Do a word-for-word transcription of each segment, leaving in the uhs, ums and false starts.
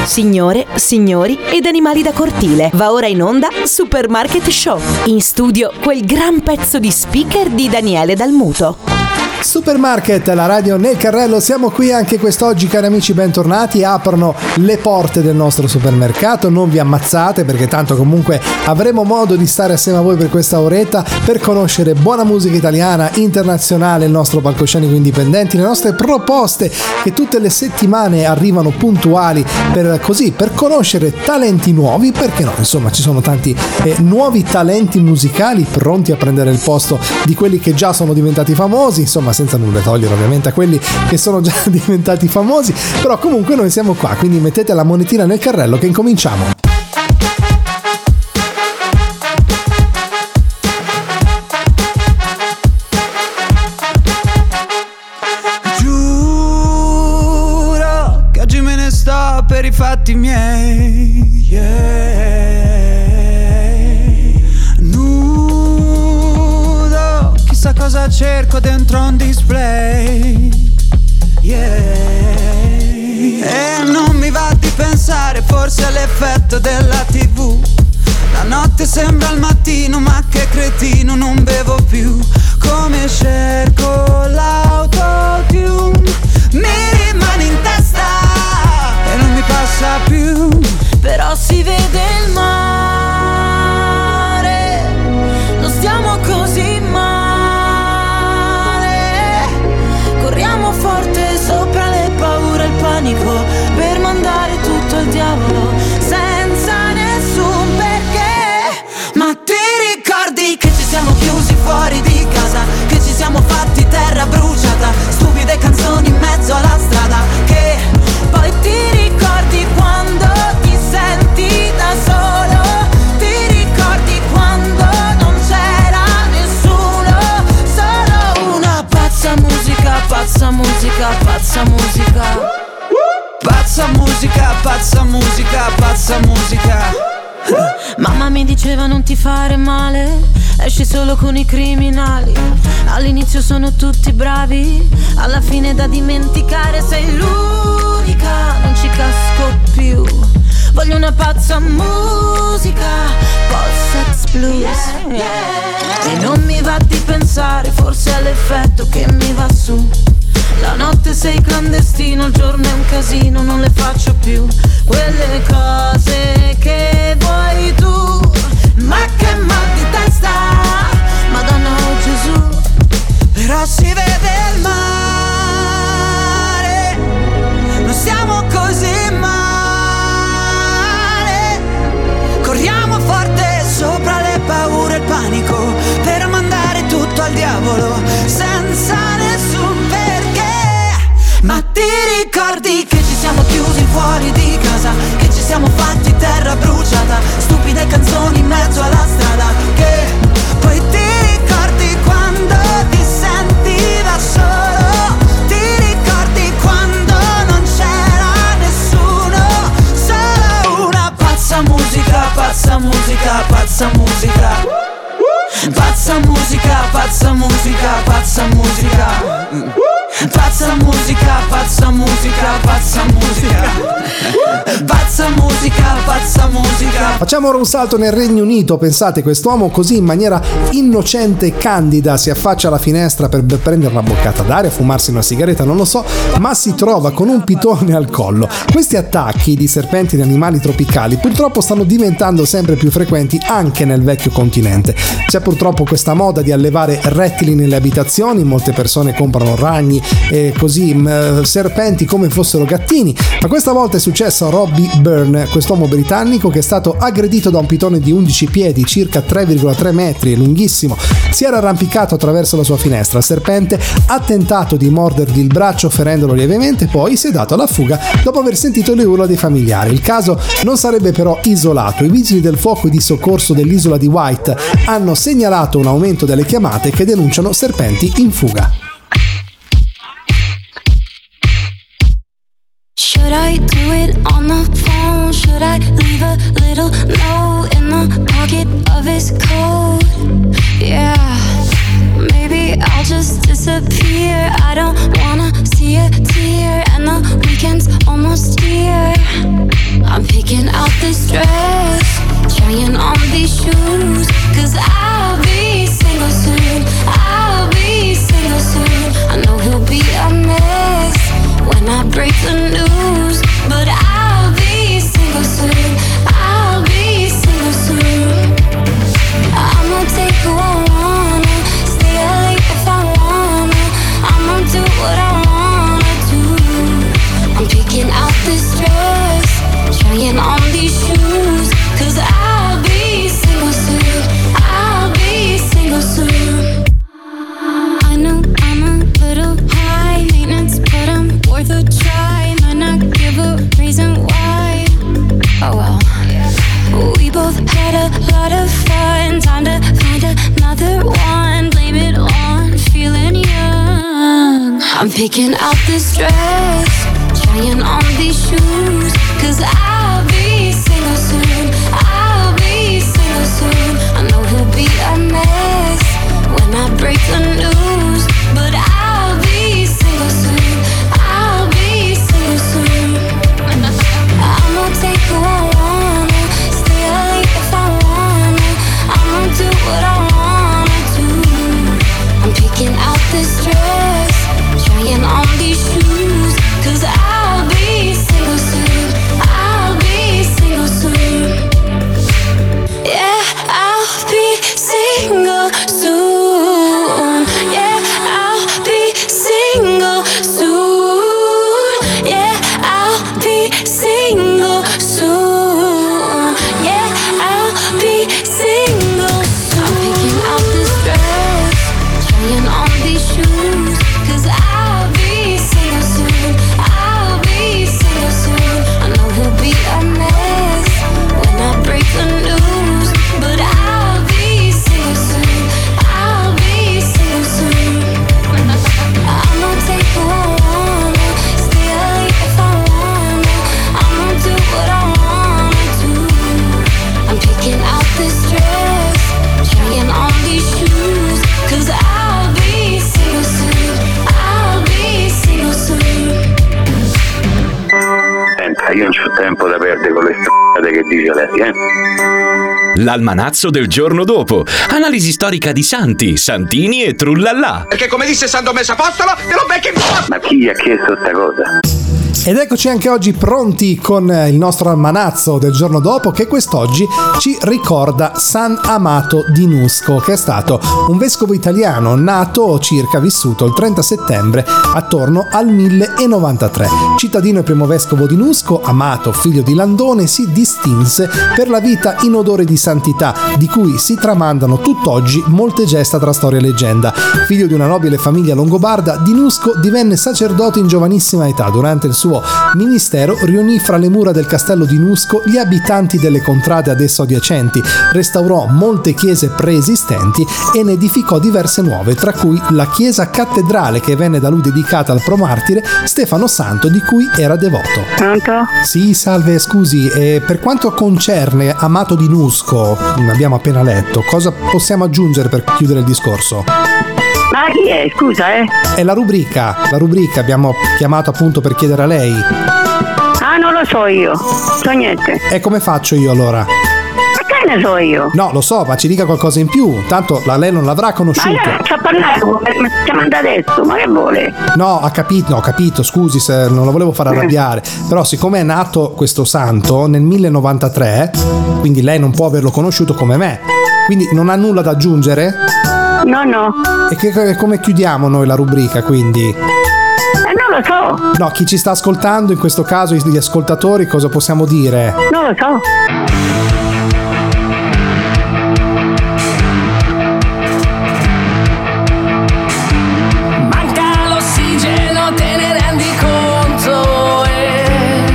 Signore, signori ed animali da cortile. Va ora in onda Supermarket Show. In studio quel gran pezzo di speaker di Daniele Dalmuto. Supermarket, la radio nel carrello, siamo qui anche quest'oggi, cari amici, bentornati. Aprono le porte del nostro supermercato, non vi ammazzate perché tanto comunque avremo modo di stare assieme a voi per questa oretta per conoscere buona musica italiana, internazionale, il nostro palcoscenico indipendente, le nostre proposte che tutte le settimane arrivano puntuali per così, per conoscere talenti nuovi, perché no, insomma ci sono tanti eh, nuovi talenti musicali pronti a prendere il posto di quelli che già sono diventati famosi, insomma senza nulla togliere ovviamente a quelli che sono già diventati famosi, però comunque noi siamo qua, quindi mettete la monetina nel carrello che incominciamo. Giuro che oggi me ne sto per i fatti miei, yeah. Cosa cerco dentro un display, yeah. E non mi va di pensare, forse è l'effetto della tivù. La notte sembra il mattino, ma che cretino, non bevo più. Come cerco l'autotune, mi rimane in testa e non mi passa più. Però si vede il mare, non stiamo così male. Corriamo forte sopra le paure e il panico per mandare tutto al diavolo senza nessun perché. Ma ti ricordi che ci siamo chiusi fuori di casa, che ci siamo fatti terra bruciata, stupide canzoni in mezzo alla strada, che poi ti ricordi quando ti senti da solo, ti ricordi quando non c'era nessuno, solo una pazza musica, pazza musica, pazza musica, pazza musica, pazza musica, pazza musica. Mamma mi diceva non ti fare male, esci solo con i criminali. All'inizio sono tutti bravi, alla fine da dimenticare sei l'unica, non ci casco più. Voglio una pazza musica, post-sex blues, yeah, yeah. E non mi va di pensare, forse è l'effetto che mi va su. La notte sei clandestino, il giorno è un casino, non le faccio più quelle cose che vuoi tu. Ma che mal di testa, Madonna o Gesù. Però si vede il mare, non siamo così male. Corriamo forte sopra le paure e il panico per mandare tutto al diavolo senza nessun perché. Ma ti ricordi che ci siamo chiusi fuori di casa, che ci siamo fatti terra bruciata, stupide canzoni in mezzo alla strada, che poi ti ricordi quando ti senti da solo, ti ricordi quando non c'era nessuno, solo una pazza musica, pazza musica, pazza musica, pazza musica, pazza musica, pazza musica. Pazza musica, pazza musica, pazza musica, pazza musica, pazza musica. Facciamo ora un salto nel Regno Unito. Pensate, quest'uomo così in maniera innocente e candida si affaccia alla finestra per prendere una boccata d'aria, fumarsi una sigaretta, non lo so, ma si trova con un pitone al collo. Questi attacchi di serpenti e di animali tropicali purtroppo stanno diventando sempre più frequenti anche nel vecchio continente. C'è purtroppo questa moda di allevare rettili nelle abitazioni, molte persone comprano ragni e così mh, serpenti come fossero gattini, ma questa volta è successo a Robbie Byrne, quest'uomo britannico che è stato aggredito da un pitone di undici piedi, circa tre virgola tre metri, è lunghissimo. Si era arrampicato attraverso la sua finestra, il serpente ha tentato di mordergli il braccio ferendolo lievemente, poi si è dato alla fuga dopo aver sentito le urla dei familiari. Il caso non sarebbe però isolato, i vigili del fuoco e di soccorso dell'isola di Wight hanno segnalato un aumento delle chiamate che denunciano serpenti in fuga. Should I do it on the phone? Should I leave a little note in the pocket of his coat? Yeah, maybe I'll just disappear. I don't wanna see a tear, and the weekend's almost here. trying on these shoes, 'cause I'll be single soon, I'll be single soon. I know I'm a little high maintenance, but I'm worth a try. Might not give a reason why. Oh well. We both had a lot of fun. Time to find another one. Blame it on feeling young. I'm picking out this dress, trying on these shoes, 'cause I'll be single soon, I'll be single soon. I know he'll be a mess when I break the news, but I'll be single soon, I'll be single soon. I'm gonna take who I wanna, stay late if I wanna, I'm gonna do what I wanna do. I'm picking out this dress, trying on these shoes, 'cause I'll be single soon, I'll be single soon. Yeah, I'll be single soon. Yeah, I'll be single soon. Yeah, I'll be single soon. Yeah, I'll be single soon. I'm picking out this dress, trying on these shoes, 'cause I'll be single soon, I'll be single soon. I know he'll be a mess when I break the news, but I'll be single soon, I'll be single soon. I'm gonna take who I wanna, stay late if I wanna, I'm gonna do what I wanna do. I'm picking out this dress, trying on these shoes, 'cause I'll be single soon, I'll be single soon. Senta, io non c'ho tempo da perdere con le stronzate che dice lei, eh? L'almanazzo del giorno dopo. Analisi storica di santi, santini e trullallà. Perché come disse San Tommaso Apostolo, te lo becchi in po'. Ma chi gli ha chiesto sta cosa? Ed eccoci anche oggi pronti con il nostro almanazzo del giorno dopo, che quest'oggi ci ricorda San Amato di Nusco, che è stato un vescovo italiano nato, circa vissuto il trenta settembre attorno al mille novantatré. Cittadino e primo vescovo di Nusco, Amato, figlio di Landone, si distinse per la vita in odore di santità, di cui si tramandano tutt'oggi molte gesta tra storia e leggenda. Figlio di una nobile famiglia longobarda, di Nusco divenne sacerdote in giovanissima età. Durante il suo ministero riunì fra le mura del castello di Nusco gli abitanti delle contrade ad esso adiacenti, restaurò molte chiese preesistenti e ne edificò diverse nuove, tra cui la chiesa cattedrale che venne da lui dedicata al promartire Stefano Santo, di cui era devoto. Pronto? Sì, salve, scusi, e per quanto concerne Amato di Nusco, abbiamo appena letto, cosa possiamo aggiungere per chiudere il discorso? Ma chi è? Scusa, eh? È la rubrica, la rubrica, abbiamo chiamato appunto per chiedere a lei. Ah, non lo so io, so niente. E come faccio io allora? Ma che ne so io? No, lo so, ma ci dica qualcosa in più, tanto la lei non l'avrà Ma conosciuto. io non faccio parlare, mi chiamando adesso, ma che vuole? No, ha capito, no, ho capito, scusi se non lo volevo far arrabbiare, però siccome è nato questo santo nel mille novantatré, quindi lei non può averlo conosciuto come me, quindi non ha nulla da aggiungere? No, no. E che, come chiudiamo noi la rubrica, quindi? Eh, non lo so, No, chi ci sta ascoltando, in questo caso gli ascoltatori, cosa possiamo dire? non lo so. Manca l'ossigeno, te ne rendi conto, eh?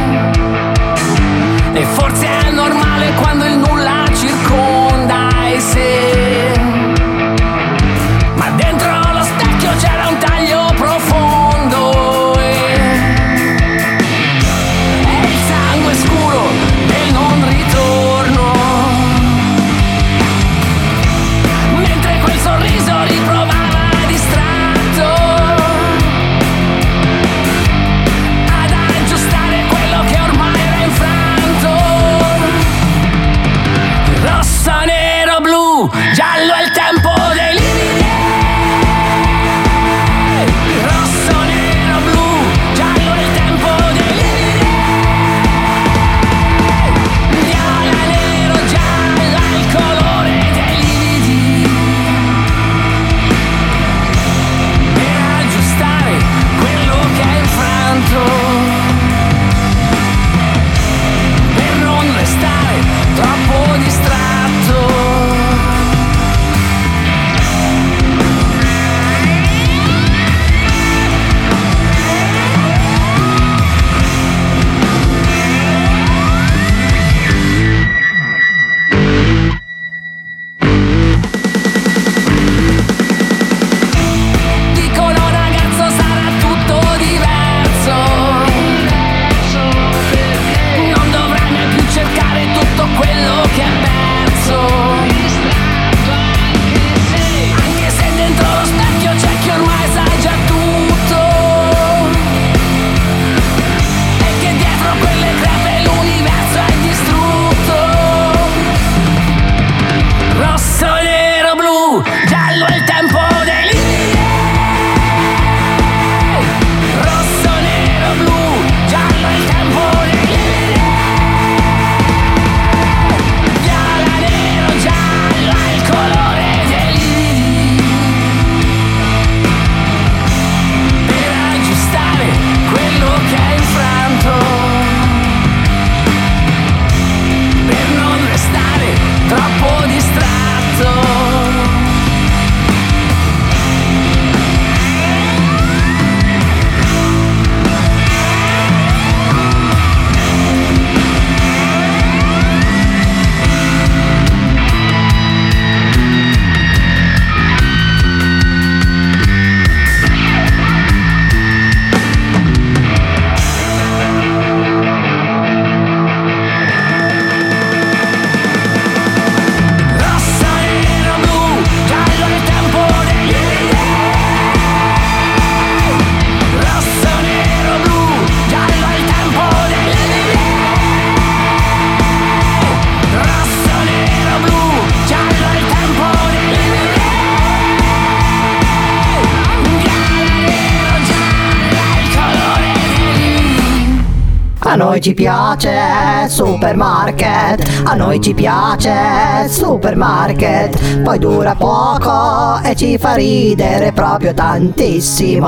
E forse è normale quando il nulla circonda e se, ma dentro lo specchio c'era un taglio profondo, eh? E il sangue scuro del non ritorno, mentre quel sorriso riprovava distratto ad aggiustare quello che ormai era infranto. noi ci piace Supermarket, a noi ci piace Supermarket, poi dura poco e ci fa ridere proprio tantissimo.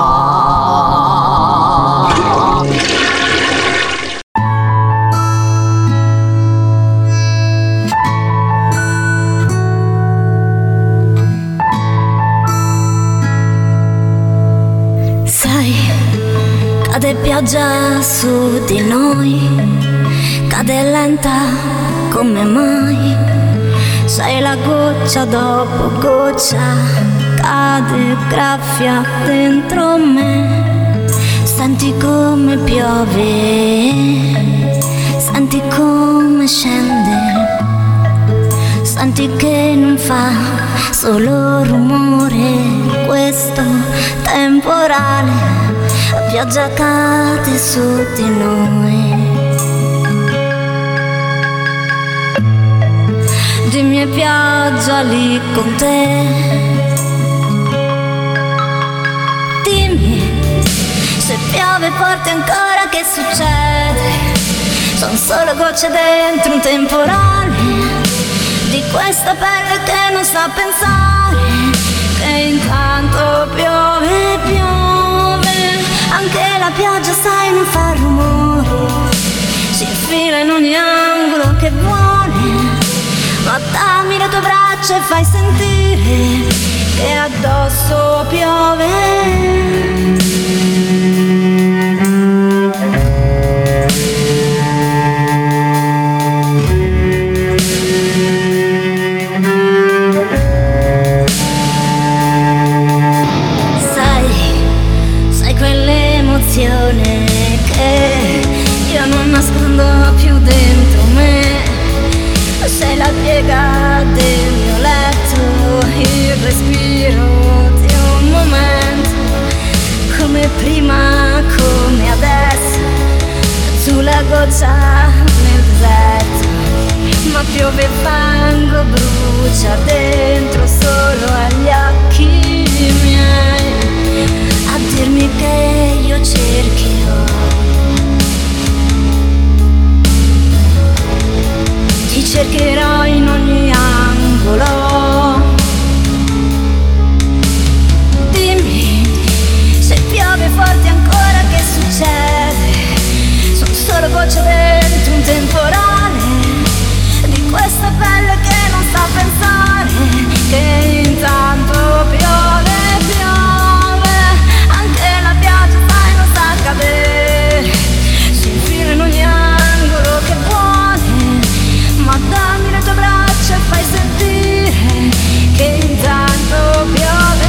Sai, cade pioggia su di noi, cade lenta come mai, sei la goccia dopo goccia, cade graffia dentro me, senti come piove, senti come scende, senti che non fa solo rumore questo temporale, la pioggia cade su di noi. Dimmi è pioggia lì con te, dimmi se piove forte ancora che succede, sono solo gocce dentro un temporale, di questa pelle che non sa pensare, che intanto piove, piove, anche la pioggia sai non fa rumore, si infila in ogni angolo che vuole, ma dammi le tue braccia e fai sentire che addosso piove. Che io non nascondo più dentro me, sei la piega del mio letto, il respiro di un momento, come prima, come adesso, sulla goccia nel deserto, ma piove fango, brucia dentro solo agli occhi miei, a dirmi che io cercherò, ti cercherò in ogni angolo. Dimmi se piove forte ancora che succede, sono solo gocce dentro un temporale, di questa pelle che non sa pensare, che intanto piove, piove, anche la pioggia sai non sa cadere, si infila in ogni angolo che vuole, ma dammi le tue braccia e fai sentire che intanto piove.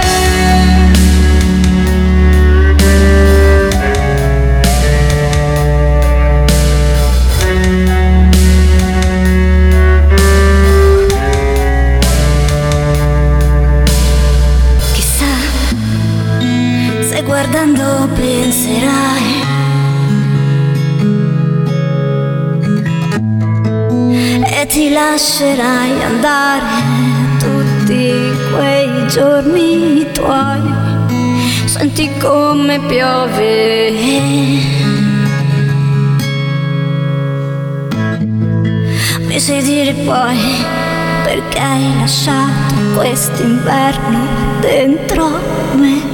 Guardando penserai e ti lascerai andare tutti quei giorni tuoi, senti come piove, mi sai dire poi perché hai lasciato quest'inverno dentro me.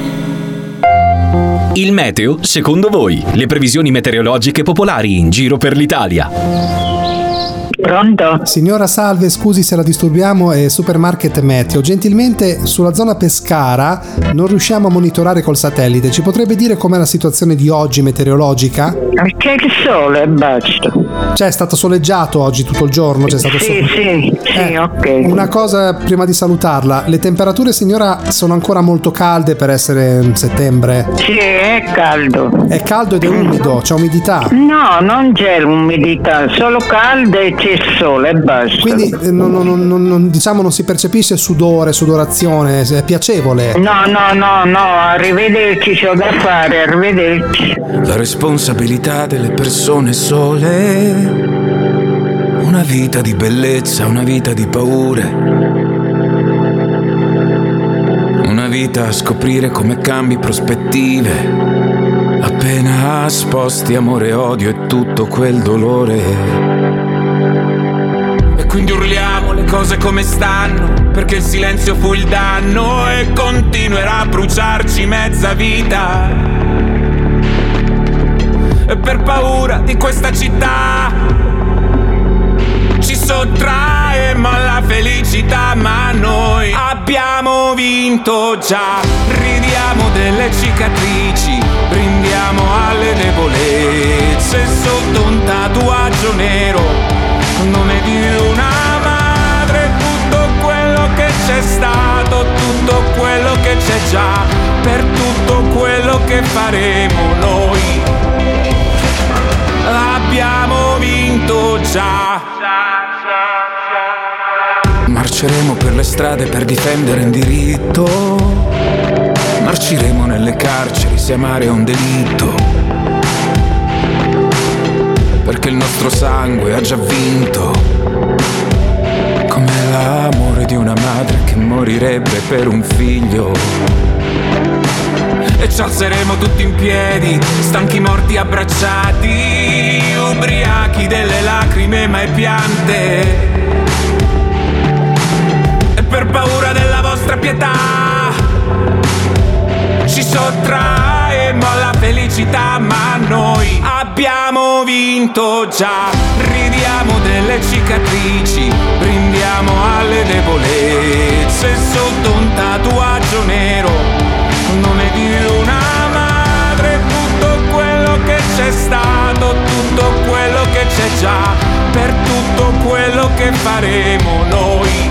Il meteo, secondo voi, le previsioni meteorologiche popolari in giro per l'Italia. Pronto? Signora salve, scusi se la disturbiamo, è Supermarket Meteo. Gentilmente sulla zona Pescara non riusciamo a monitorare col satellite. Ci potrebbe dire com'è la situazione di oggi meteorologica? C'è il sole e basta. Cioè è stato soleggiato oggi tutto il giorno? C'è stato sì, sole... sì, sì, eh, ok. Una cosa prima di salutarla, le temperature signora sono ancora molto calde per essere settembre? Sì, è caldo. È caldo ed è umido, c'è umidità? No, non c'è l'umidità, solo caldo e c'è il sole e basta. Quindi eh, non, non, non, non, diciamo non si percepisce sudore, sudorazione, è piacevole? No, no, no, no, arrivederci, c'ho da fare, arrivederci. La responsabilità delle persone sole, una vita di bellezza, una vita di paure, una vita a scoprire come cambi prospettive Appena sposti amore e odio e tutto quel dolore. E quindi urliamo le cose come stanno, perché il silenzio fu il danno e continuerà a bruciarci mezza vita. E per paura di questa città ci sottraemo alla felicità, ma noi abbiamo vinto già. Ridiamo delle cicatrici, brindiamo alle debolezze sotto un tatuaggio nero con nome di una madre. Tutto quello che c'è stato, tutto quello che c'è già, per tutto quello che faremo noi abbiamo vinto già. Marceremo per le strade per difendere il diritto. Marciremo nelle carceri se amare è un delitto. Perché il nostro sangue ha già vinto. Come l'amore di una madre che morirebbe per un figlio. E ci alzeremo tutti in piedi, stanchi morti abbracciati, ubriachi delle lacrime mai piante. E per paura della vostra pietà ci sottraemo alla felicità, ma noi abbiamo vinto già. Ridiamo delle cicatrici, brindiamo alle debolezze sotto un tatuaggio nero con nome di una madre. Tutto quello che c'è stato, tutto quello che c'è già, per tutto quello che faremo noi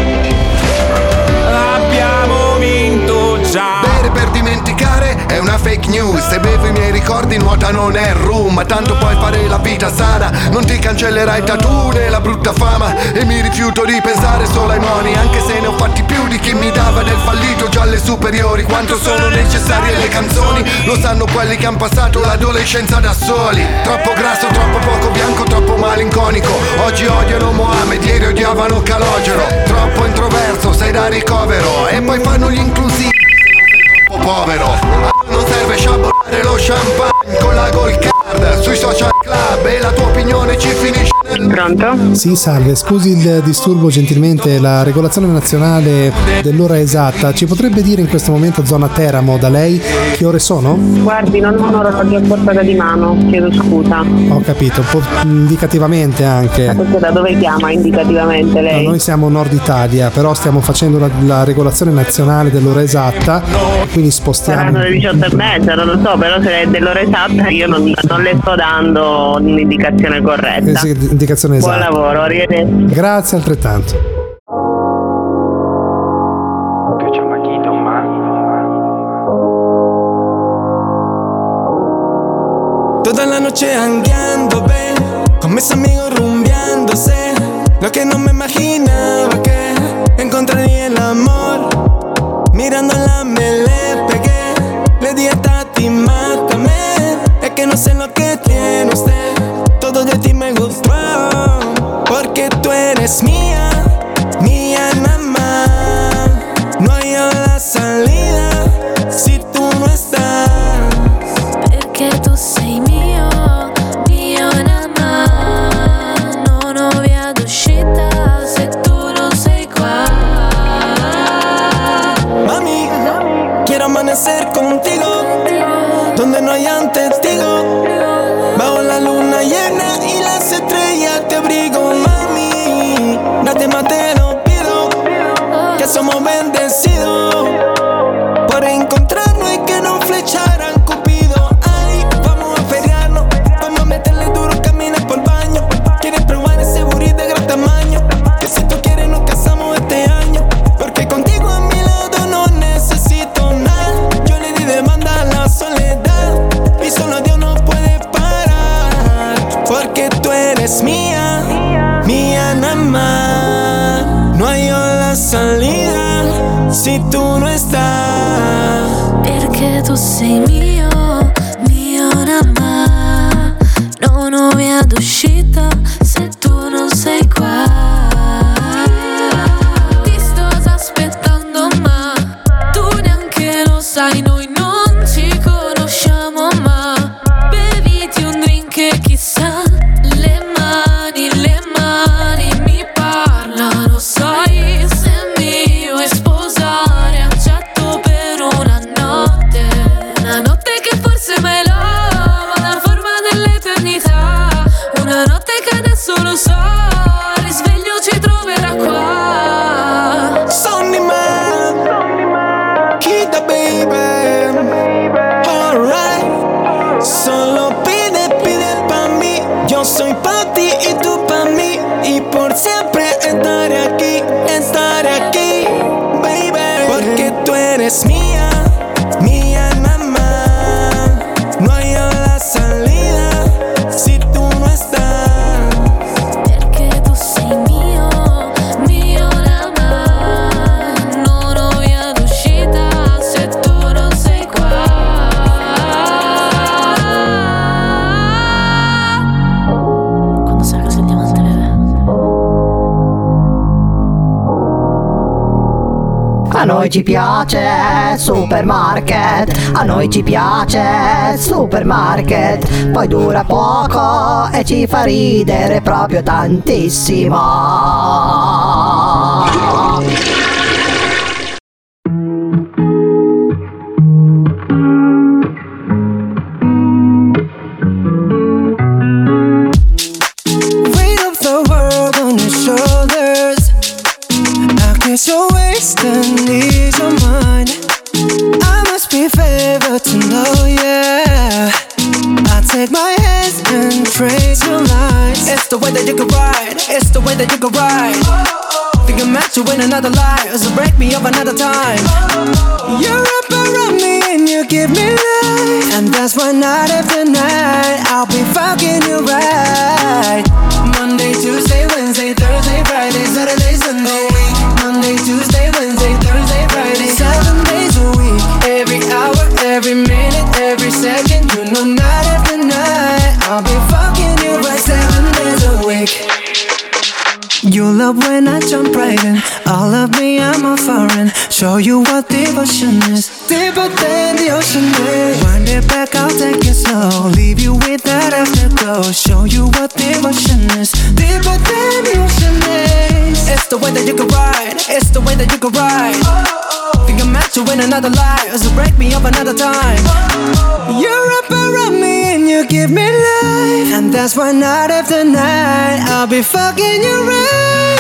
abbiamo vinto già. Bere per dimenticare è una fake news. Se bevo i miei ricordi nuotano nel rum. Ma tanto puoi fare la vita sana, non ti cancellerai il tattoo né la brutta fama. E mi rifiuto di pensare solo ai moni, anche se ne ho fatti più di chi mi dava del fallito già alle superiori. Quanto sono necessarie le canzoni lo sanno quelli che han passato l'adolescenza da soli. Troppo grasso, troppo poco bianco, troppo malinconico. Oggi odiano Mohammed, ieri odiavano Calogero. Troppo introverso, sei da ricovero. E poi fanno gli inclusivi, troppo povero. Non serve sciabolare lo champagne con la gold card sui social club e la tua opinione ci finisce nel... Pronto? Sì, salve, scusi il disturbo, gentilmente la regolazione nazionale dell'ora esatta ci potrebbe dire in questo momento zona Teramo da lei che ore sono? Guardi, non ho un orologio a portata di mano, chiedo scusa. Ho capito, un po' indicativamente anche. Ma da dove chiama indicativamente lei? No, noi siamo Nord Italia, però stiamo facendo la, la regolazione nazionale dell'ora esatta, quindi spostiamo. Saranno le diciotto e mezza, non lo so, però se è dell'ora esatta io non, non le sto dando un'indicazione corretta. Eh sì, indicazione esatta. Buon lavoro, arrivederci. Grazie altrettanto. Toda la noche hangueando, ve, con mis amigos rumbeándose. Lo que no me imaginaba que encontraría el amor. Mirándola me le pegué, le di a Tati, mátame. Es que no sé lo que tiene usted, todo de ti me gustó. Porque tú eres mía, mía nada más. No hay otra salida si tú no estás. Perché tu sei mio, mio nada más. Non ho via d'uscita se tu non sei qua. Mami, quiero amanecer contigo, donde no hayan testigos, bajo la luna llena y las estrellas te abrigo, mami. Date más te lo pido, que somos bendecidos por encontrarnos y que nos flecharan Cupido. Ay, vamos a feriarnos, vamos a meterle duro, caminar por baño. Quieres probar ese burrito de gran tamaño, que si tú quieres nos casamos este año. Porque contigo a mi lado no necesito nada. Yo le di demanda a la soledad y solo Dios nos puede parar. Porque tú eres mía, mía nada más. No hay otra salida si tú no estás. Perché tu sei mio, mio nada más. Non ho via d'uscita se tu non sei qua. Ti sto aspettando ma tu neanche lo sai, noi non ci conosciamo mai. ti y tú pa' mí y por siempre estaré aquí, estaré aquí, baby. Porque tú eres mía, mía nada más. No hay otra salida si tú no estás. A noi ci piace Supermarket, a noi ci piace Supermarket, poi dura poco e ci fa ridere proprio tantissimo. Weight of the world on your shoulders, I guess you're wasting ease of mine. I must be favored to know, yeah. I take my hands and trace your lines. It's the way that you can ride, it's the way that you can ride. Think I'm meant to win another life, so break me up another time. You're up around me and you give me life, and that's why night after night I'll be fucking you right. Monday, Tuesday, Wednesday, Thursday, Friday, Saturday, Sunday. Monday, Tuesday, Wednesday, Thursday, Friday, seven days a week. Every hour, every minute, every second. You know night after night I'll be fucking you right seven days a week. You love when I jump right in. All of me, I'm a foreign. Show you what devotion is. Deeper than the ocean is. Wind it back, I'll take it slow. Leave you with that afterglow. Show you what devotion is. Deeper than the ocean is. It's the way that you can ride. It's the way that you can ride. Think I'm meant to win another life, so break me up another time. You're up around me and you give me life, and that's why night after night I'll be fucking you right.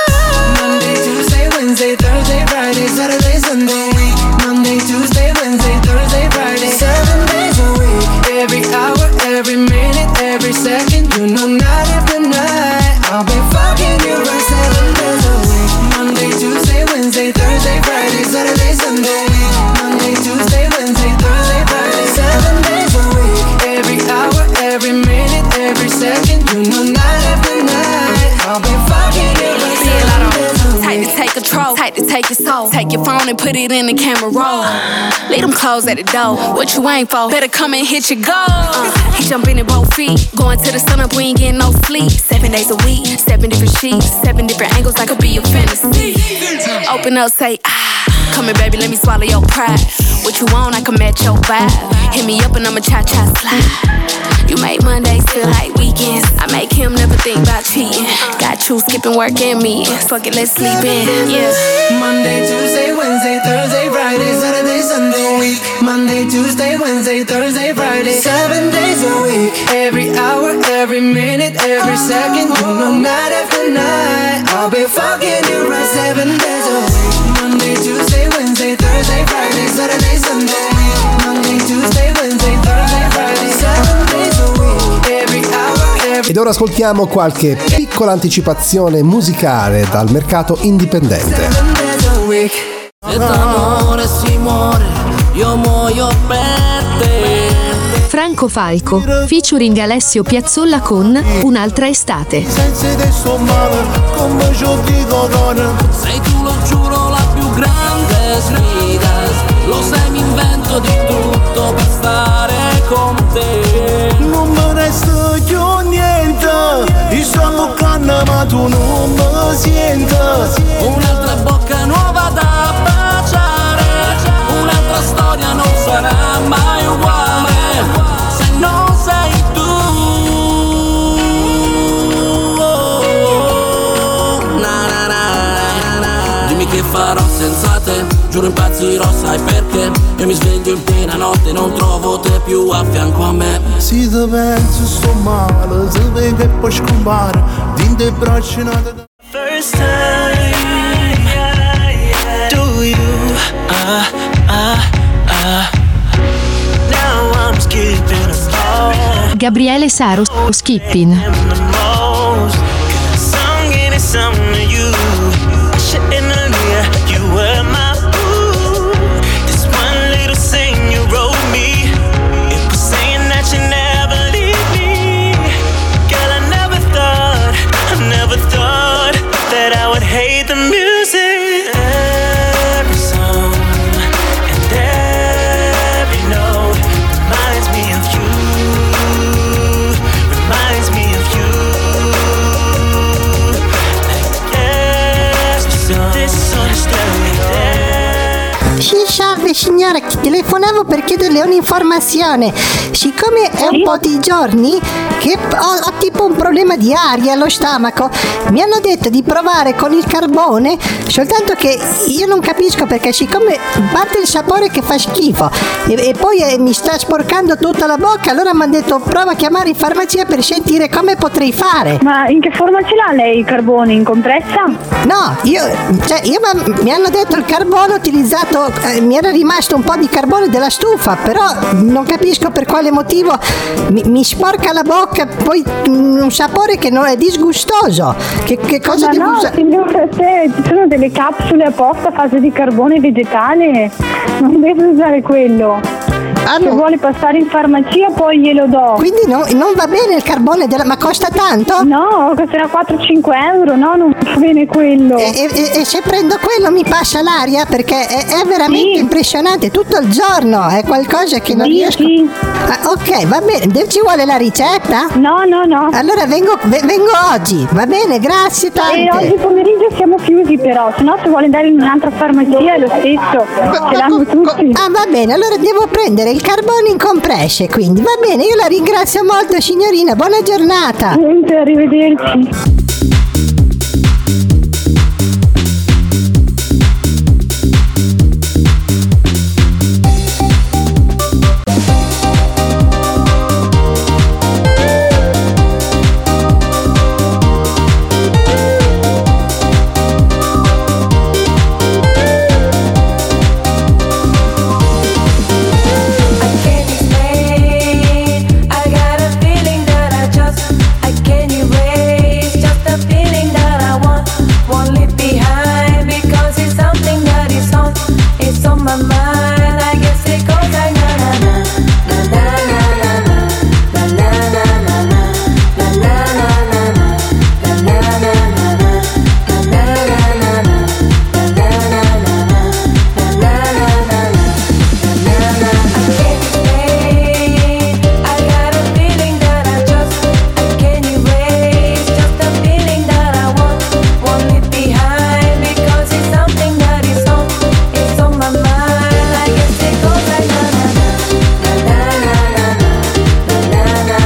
Monday, Tuesday, Wednesday, Thursday, Friday, Saturday, Sunday. Monday, Tuesday, Wednesday, Thursday, Friday, seven days a week. Every hour, every minute, every second. You know night after night I'll be fucking you right seven days a week. Monday, Tuesday, Wednesday, Thursday, Friday, Saturday, Sunday. Monday, Tuesday, Wednesday, Thursday, Friday, seven days a week. Every hour, every minute, every second. You know night after night I'll be fucking you right seven days a week. Tight to take control, tight to take your soul. Take your phone and put it in the camera roll. Leave them clothes at the door. What you ain't for? Better come and hit your goal. Uh, he jumping in both feet. Going to the sun up, we ain't getting no sleep. Seven days a week, seven different sheets, seven different angles. That could be your fantasy. Open up, say ah. Come here, baby, let me swallow your pride. What you want, I can match your vibe. Hit me up and I'ma cha-cha slide. You make Mondays feel like weekends. I make him never think about cheating. Got you skipping work and me. Fuck it, let's sleep in. Yeah. Monday, Tuesday, Wednesday, Thursday, Friday, Saturday, Sunday. Week. Monday, Tuesday, Wednesday, Thursday, Friday, seven days a week. Every hour, every minute, every second. You know night after night I'll be fucking you right seven days a week. Monday, Tuesday, Wednesday, Thursday, Friday, Saturday, Sunday. Monday, Tuesday, Wednesday, Thursday, Friday, seven days a week. Every hour, every... Ed ora ascoltiamo qualche piccola anticipazione musicale dal mercato indipendente. Se d'amore si muore, io muoio per te. Franco Falco, featuring Alessio Piazzolla con Un'altra estate. Senza adesso male, come giochi d'odore. Sei tu, lo giuro, la più grande sfida. Lo sai, mi invento di tutto per stare con te. Non me resta più niente, io sono canna ma tu non mi senti. Un'altra bocca nuova da baciare, un'altra storia non sarà mai uguale se non sei tu. Oh, na, na, na, na. Dimmi che farò senza te, giuro impazzirò, sai perché? Io mi sveglio in piena notte e non trovo te più a fianco a me. Se te penso sto male, se vedi che poi scompare, din te braccia nata. First time, do you, ah, ah, ah. Now I'm skipping a song. Gabriele Saro, Skipping. Sì, salve signora, telefonavo per chiederle un'informazione. Siccome è un po' di giorni che ho, ho tipo un problema di aria allo stomaco, mi hanno detto di provare con il carbone, soltanto che io non capisco perché siccome parte il sapore che fa schifo e, e poi eh, mi sta sporcando tutta la bocca, allora mi hanno detto prova a chiamare in farmacia per sentire come potrei fare. Ma in che forma ce l'ha lei il carbone? In compressa? No, io, cioè, io mi hanno detto il carbone utilizzato, eh, mi era rimasto un po' di carbone della stufa, però non capisco per quale motivo mi, mi sporca la bocca, poi mh, un sapore che non è disgustoso. Che, che cosa Ma devo no, usare? signora, se ci sono delle capsule apposta a fase di carbone vegetale, non deve usare quello. Ah, Se no. vuole passare in farmacia poi glielo do. Quindi no, non va bene il carbone della... ma costa tanto? No, costerà quattro cinque euro, no, non va bene quello. E, e- e se prendo quello mi passa l'aria? Perché è, è veramente Sì. impressionante, tutto il giorno, è qualcosa che non Sì, riesco... sì. Ah, ok, va bene, De- ci vuole la ricetta? No, no, no. Allora vengo, ve- vengo oggi, va bene, grazie tante. E oggi pomeriggio siamo chiusi però, se no se vuole andare in un'altra farmacia è lo stesso, ce l'hanno tutti. Ah, va bene, allora devo prendere il carbone in compresse, quindi va bene, io la ringrazio molto signorina, buona giornata. Niente, arrivederci. I got a feeling that I just I can't erase. Just a feeling that I want won't leave behind because it's something that is on it's on my mind. I guess it goes like na na na na na na na na na na na na na na na na I got a feeling that I just I can't erase. Just a feeling that I want won't leave behind because it's something that is on it's on my mind. I guess it goes like na na na na na na na na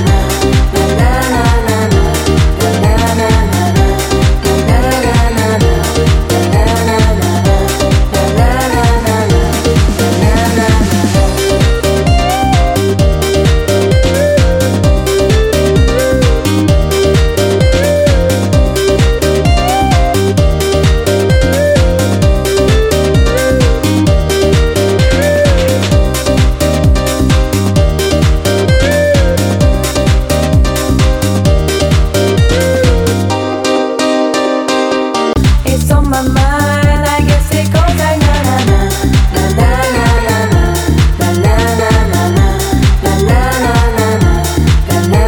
It's on my mind. I guess it goes like na na na na na na na na na na na na na na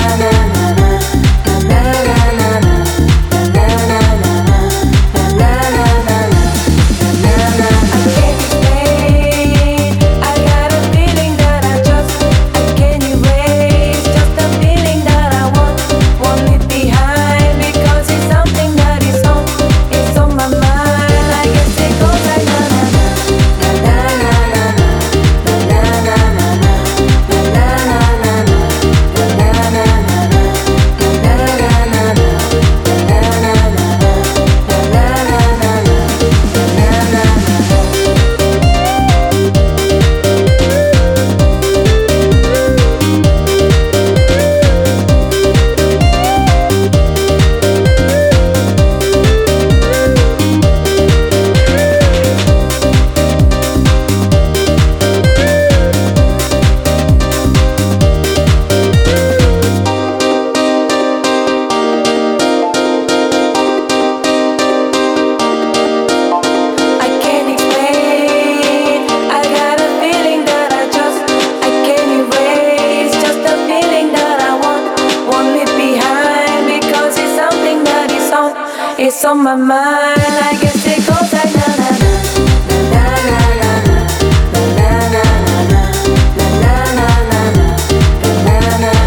I got a feeling that I just I can't erase. Just a feeling that I want won't leave behind because it's something that is on it's on my mind. I guess it goes like na na na na na na na na na I can't explain. I got a feeling that I just I can't erase. Just a feeling that I want won't leave behind because it's something that is on it's on my mind. I guess it goes like na na na na na na na na na na na na na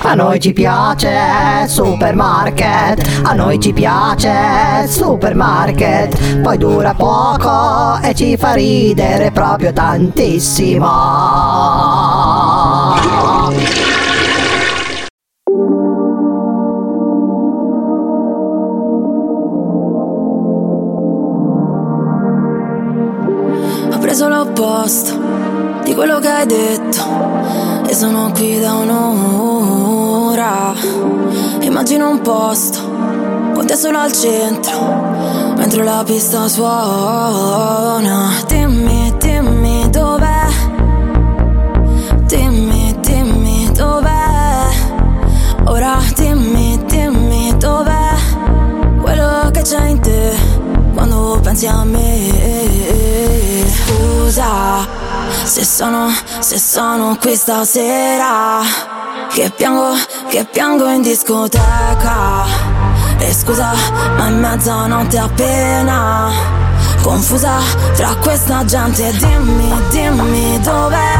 A noi ci piace Supermarket, a noi ci piace Supermarket, poi dura poco e ci fa ridere proprio tantissimo. Ho preso l'opposto di quello che hai detto e sono qui da un'ora. Immagino un posto con te solo al centro mentre la pista suona. Dimmi, dimmi dov'è, dimmi, dimmi dov'è. Ora dimmi, dimmi dov'è quello che c'è in te quando pensi a me. Scusa se sono, se sono qui stasera, che piango, che piango in discoteca. E scusa, ma in mezzanotte appena confusa tra questa gente. Dimmi, dimmi dov'è,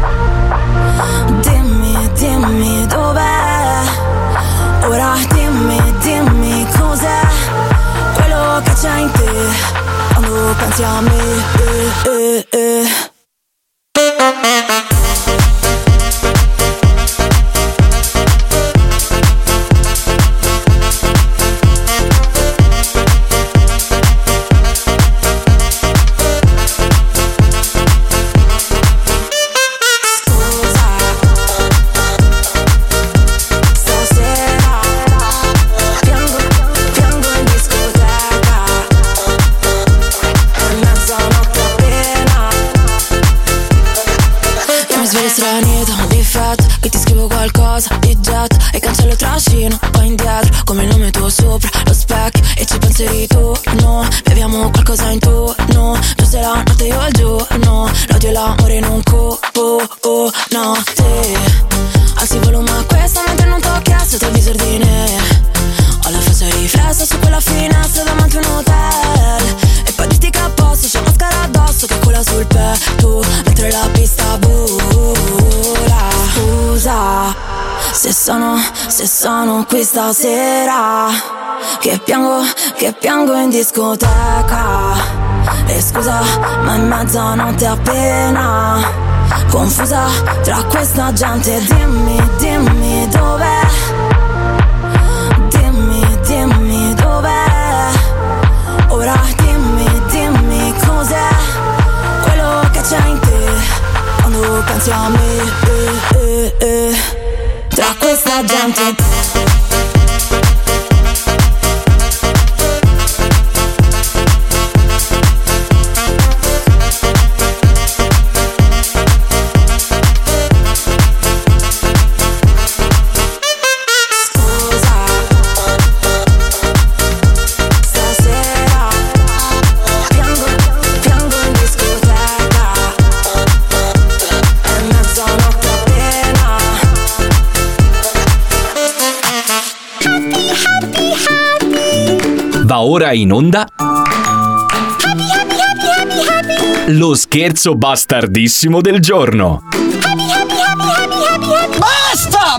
dimmi, dimmi dov'è. Ora dimmi, dimmi cos'è quello che c'è in te quando pensi a me. eh, eh, eh. Straniero, difetto, che ti scrivo qualcosa di getto e cancello trascino, poi indietro, come il nome tuo sopra lo specchio e ci pensi tu, no, beviamo qualcosa intorno, tu sei la notte io il giorno, l'odio e l'amore in un cupo, oh, no, te, alzi il volume a questa mentre non t'ho chiesto tre disordine, ho la faccia riflessa su quella finestra davanti a un hotel, e poi dirti che a posto c'è mascara addosso che cola sul petto, mentre la pista vola. Scusa se sono, se sono qui stasera, che piango, che piango in discoteca. E scusa, ma in mezzanotte appena confusa tra questa gente. Dimmi, dimmi dov'è, dimmi, dimmi dov'è. Ora dimmi, dimmi cos'è quello che c'è in te quando pensi a me, eh, eh, eh. Tra questa gente. Va ora in onda lo scherzo bastardissimo del giorno. Basta!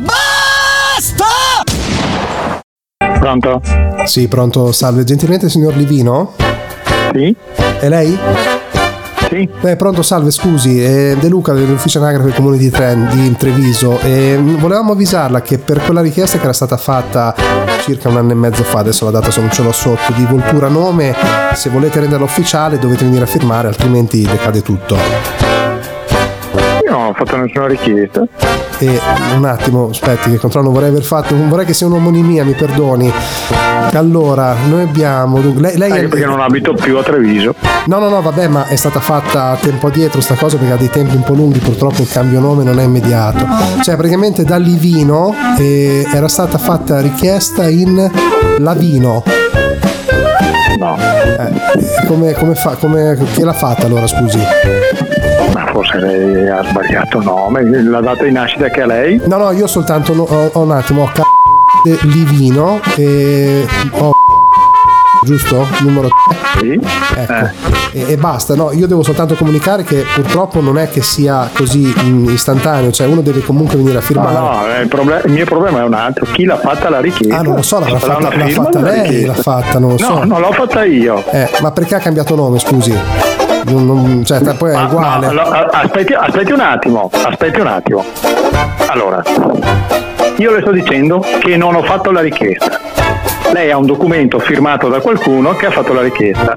Basta! Pronto? Sì, pronto, salve. Gentilmente signor Livino? Sì. È lei? Sì. Beh, pronto, salve, scusi, è De Luca dell'ufficio anagrafe del comune di, Tren, di Treviso, e volevamo avvisarla che per quella richiesta che era stata fatta circa un anno e mezzo fa, adesso la data non ce l'ho sotto, di Voltura Nome, se volete renderla ufficiale dovete venire a firmare, altrimenti decade tutto. Io non ho fatto nessuna richiesta. E un attimo, aspetti che controllo, vorrei aver fatto, vorrei che sia un'omonimia, mi perdoni. Allora, noi abbiamo lei, lei eh, è... perché non abito più a Treviso. No, no, no, vabbè, ma è stata fatta tempo addietro sta cosa perché ha dei tempi un po' lunghi, purtroppo il cambio nome non è immediato. Cioè, praticamente da Livino eh, era stata fatta richiesta in Lavino. No. Eh, come, come fa, come, chi l'ha fatta allora, scusi? Ma forse lei ha sbagliato nome, la data di nascita che ha lei? No, no, io soltanto ho, ho un attimo, ho c***o Livino e ho giusto? Numero sì. Ecco. Eh. E, e basta, no? Io devo soltanto comunicare che purtroppo non è che sia così mh, istantaneo, cioè uno deve comunque venire a firmare. No, no, il, proble- il mio problema è un altro. Chi l'ha fatta la richiesta? Ah, non lo so, l'ha fatta, l'ha fatta lei, l'ha fatta, non lo so. No, non l'ho fatta io. Eh, ma perché ha cambiato nome, scusi? Non, non, cioè, poi è ah, uguale. No, no, aspetti, aspetti un attimo, aspetti un attimo. Allora, io le sto dicendo che non ho fatto la richiesta. Lei ha un documento firmato da qualcuno che ha fatto la richiesta.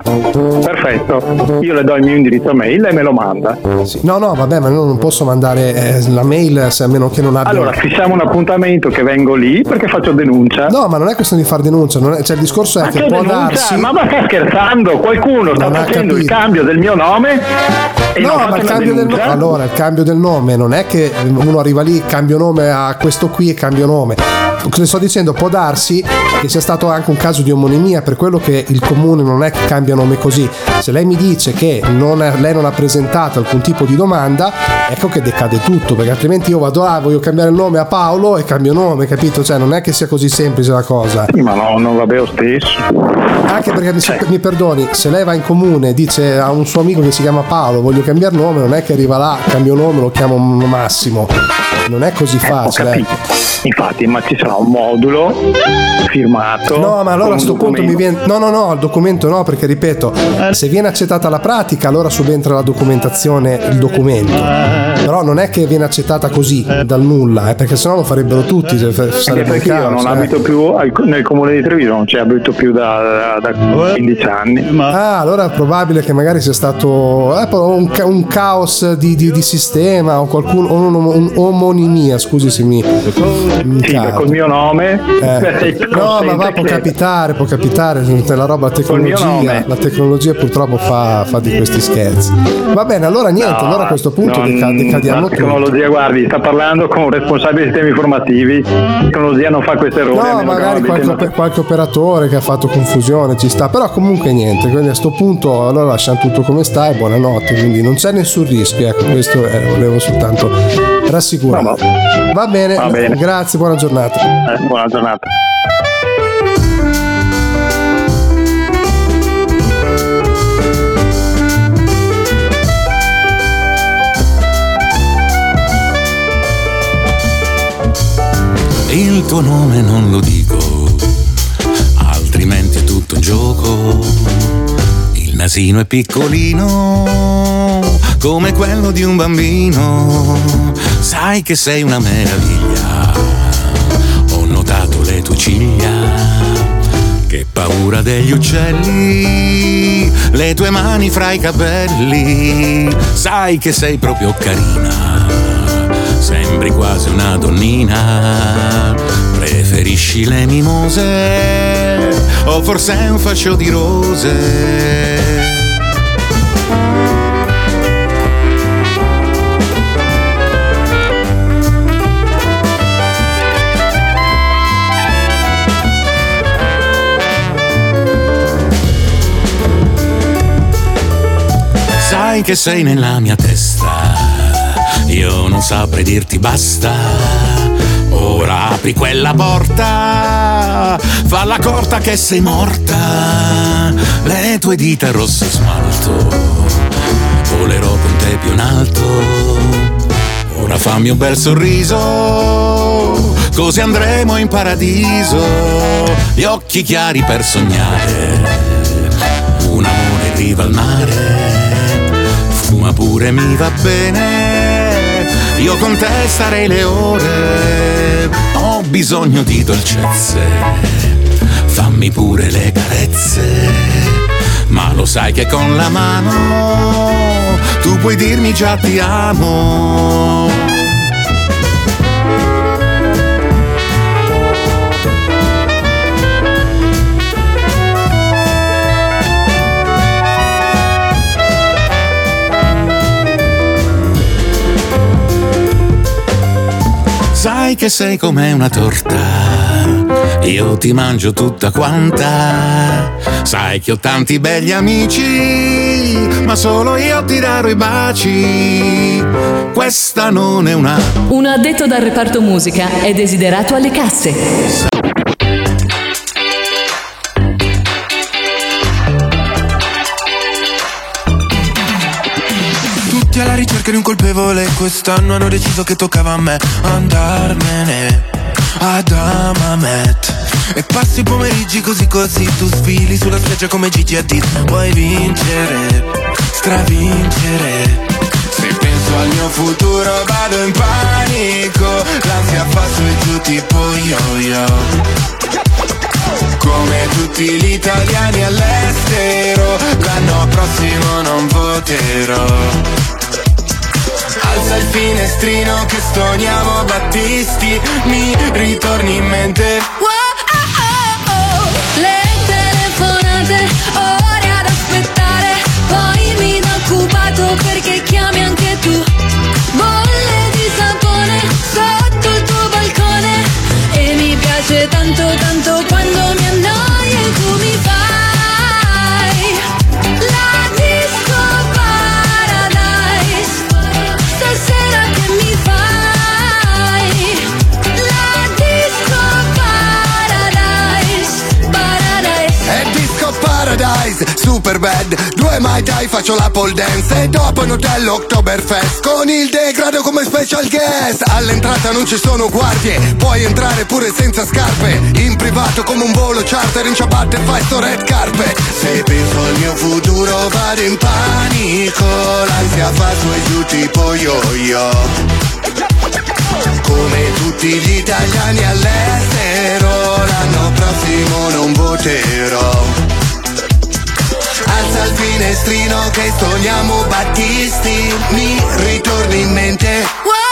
Perfetto, io le do il mio indirizzo mail, lei me lo manda. Sì. No, no, vabbè, ma non posso mandare eh, la mail se a meno che non abbia. Allora, fissiamo un appuntamento che vengo lì perché faccio denuncia. No, ma non è questione di fare denuncia, non è, cioè il discorso è ma che che può denuncia? darsi. Ma ma sta scherzando? Qualcuno sta non facendo il cambio del mio nome? E no, ma il cambio del nome. Allora, il cambio del nome non è che uno arriva lì, cambio nome a questo qui e cambio nome. Le sto dicendo, può darsi che sia stato anche un caso di omonimia, per quello che il comune non è che cambia nome così. Se lei mi dice che non è, lei non ha presentato alcun tipo di domanda, ecco che decade tutto, perché altrimenti io vado là, voglio cambiare il nome a Paolo e cambio nome, capito? Cioè non è che sia così semplice la cosa. Ma no, non va bene lo stesso. Anche perché mi, mi perdoni, se lei va in comune e dice a un suo amico che si chiama Paolo voglio cambiare nome, non è che arriva là, cambio nome, lo chiamo Massimo. Non è così facile. Eh, Infatti, ma ci sarà un modulo firmato. No, ma allora a sto punto mi viene. No, no, no, il documento no, perché ripeto, se viene accettata la pratica, allora subentra la documentazione, il documento. Però non è che viene accettata così dal nulla, eh, perché sennò lo farebbero tutti. Sarebbe perché io non eh. abito più al, nel comune di Treviso, non ci abito più da, da, da quindici anni. Ah, allora è probabile che magari sia stato eh, un, un caos di, di, di sistema o qualcuno, o un'omonimia, scusi se mi. Sì, col mio nome eh. No, ma va, può che... capitare può capitare la roba, la tecnologia la tecnologia purtroppo fa, fa di questi scherzi. Va bene, allora niente, no, allora a questo punto non, decadiamo la tecnologia tutto. Guardi, sta parlando con un responsabile dei sistemi informativi, la tecnologia non fa questo errore. No, magari qualche, op- qualche operatore che ha fatto confusione ci sta, però comunque niente, quindi a sto punto allora lasciamo tutto come sta e buonanotte, quindi non c'è nessun rischio, ecco, questo eh, volevo soltanto rassicurare. No, no. Va bene, Va bene. Grazie, buona giornata. Eh, buona giornata. Il tuo nome non lo dico, altrimenti è tutto un gioco. Il nasino è piccolino, come quello di un bambino. Sai che sei una meraviglia, ho notato le tue ciglia. Che paura degli uccelli, le tue mani fra i capelli. Sai che sei proprio carina, sembri quasi una donnina. Preferisci le mimose o forse un fascio di rose? Sai che sei nella mia testa, io non saprei dirti basta. Ora apri quella porta, falla corta che sei morta. Le tue dita rosse smalto, volerò con te più in alto. Ora fammi un bel sorriso, così andremo in paradiso. Gli occhi chiari per sognare, un amore in riva al mare. Fuma pure, mi va bene, io con te starei le ore. Ho bisogno di dolcezze, fammi pure le carezze. Ma lo sai che con la mano tu puoi dirmi già ti amo. Sai che sei come una torta, io ti mangio tutta quanta. Sai che ho tanti begli amici, ma solo io ti darò i baci. Questa non è una... Un addetto dal reparto musica è desiderato alle casse. cerca di un colpevole, quest'anno hanno deciso che toccava a me andarmene ad Amamet. E passi i pomeriggi così così, tu sfili sulla spiaggia come Gigi Hadid. Vuoi vincere, stravincere. Se penso al mio futuro vado in panico, l'ansia fa su e giù tipo yo-yo. Come tutti gli italiani all'estero, l'anno prossimo non voterò. Alza il finestrino che stoniamo Battisti, mi ritorni in mente. Le telefonate, ore ad aspettare, poi mi do occupato perché chiami anche tu. Bolle di sapone sotto il tuo balcone, e mi piace tanto tanto quando mi annoio e tu mi fai la disco paradise. Stasera che mi fai la disco paradise. Paradise. È disco paradise, super bad. Due mai dai faccio la pole dance. E dopo in hotel Oktoberfest con il degrado come special guest. All'entrata non ci sono guardie, puoi entrare pure senza scarpe. In privato come un volo charter, in ciabatte fai sto red carpet. Se penso al mio futuro vado in panico, l'ansia fa su e giù tipo yo-yo. Come tutti gli italiani all'estero, l'anno prossimo non voterò. Alza il finestrino che stoniamo Battisti, mi ritorni in mente.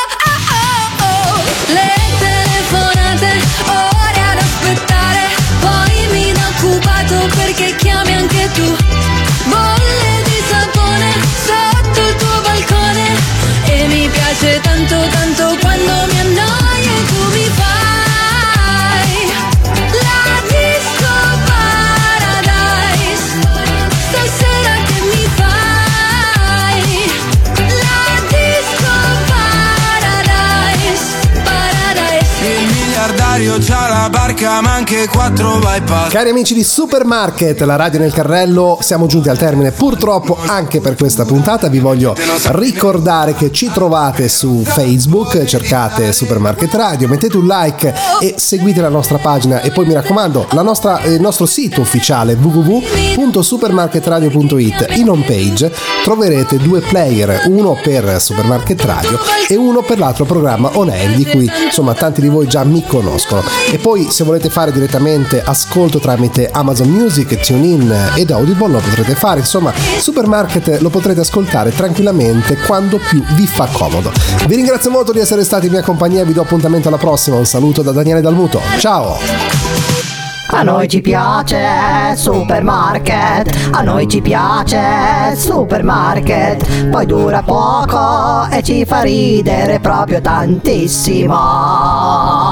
Le telefonate, ore ad aspettare, poi mi do occupato perché chiami anche tu. Bolle di sapone sotto il tuo balcone, e mi piace tanto tanto quando mi annoio e tu mi fai la disco paradise. Stasera che mi fai la disco paradise. Paradise. Il miliardario c'ha la barca ma anche quattro bypass. Cari amici di Supermarket, la radio nel carrello, siamo giunti al termine purtroppo anche per questa puntata. Vi voglio ricordare che ci trovate su Facebook, cercate Supermarket Radio, mettete un like e seguite la nostra pagina, e poi mi raccomando la nostra, il nostro sito ufficiale w w w punto supermarketradio punto it. In home page troverete due player, uno per Supermarket Radio e uno per l'altro programma On Air, di cui insomma tanti di voi già mi conoscono. E poi se volete fare direttamente ascolto tramite Amazon Music, TuneIn ed Audible lo potrete fare. Insomma, Supermarket lo potrete ascoltare tranquillamente quando più vi fa comodo. Vi ringrazio molto di essere stati in mia compagnia, vi do appuntamento alla prossima. Un saluto da Daniele Dalmuto, ciao! A noi ci piace Supermarket, a noi ci piace Supermarket, poi dura poco e ci fa ridere proprio tantissimo.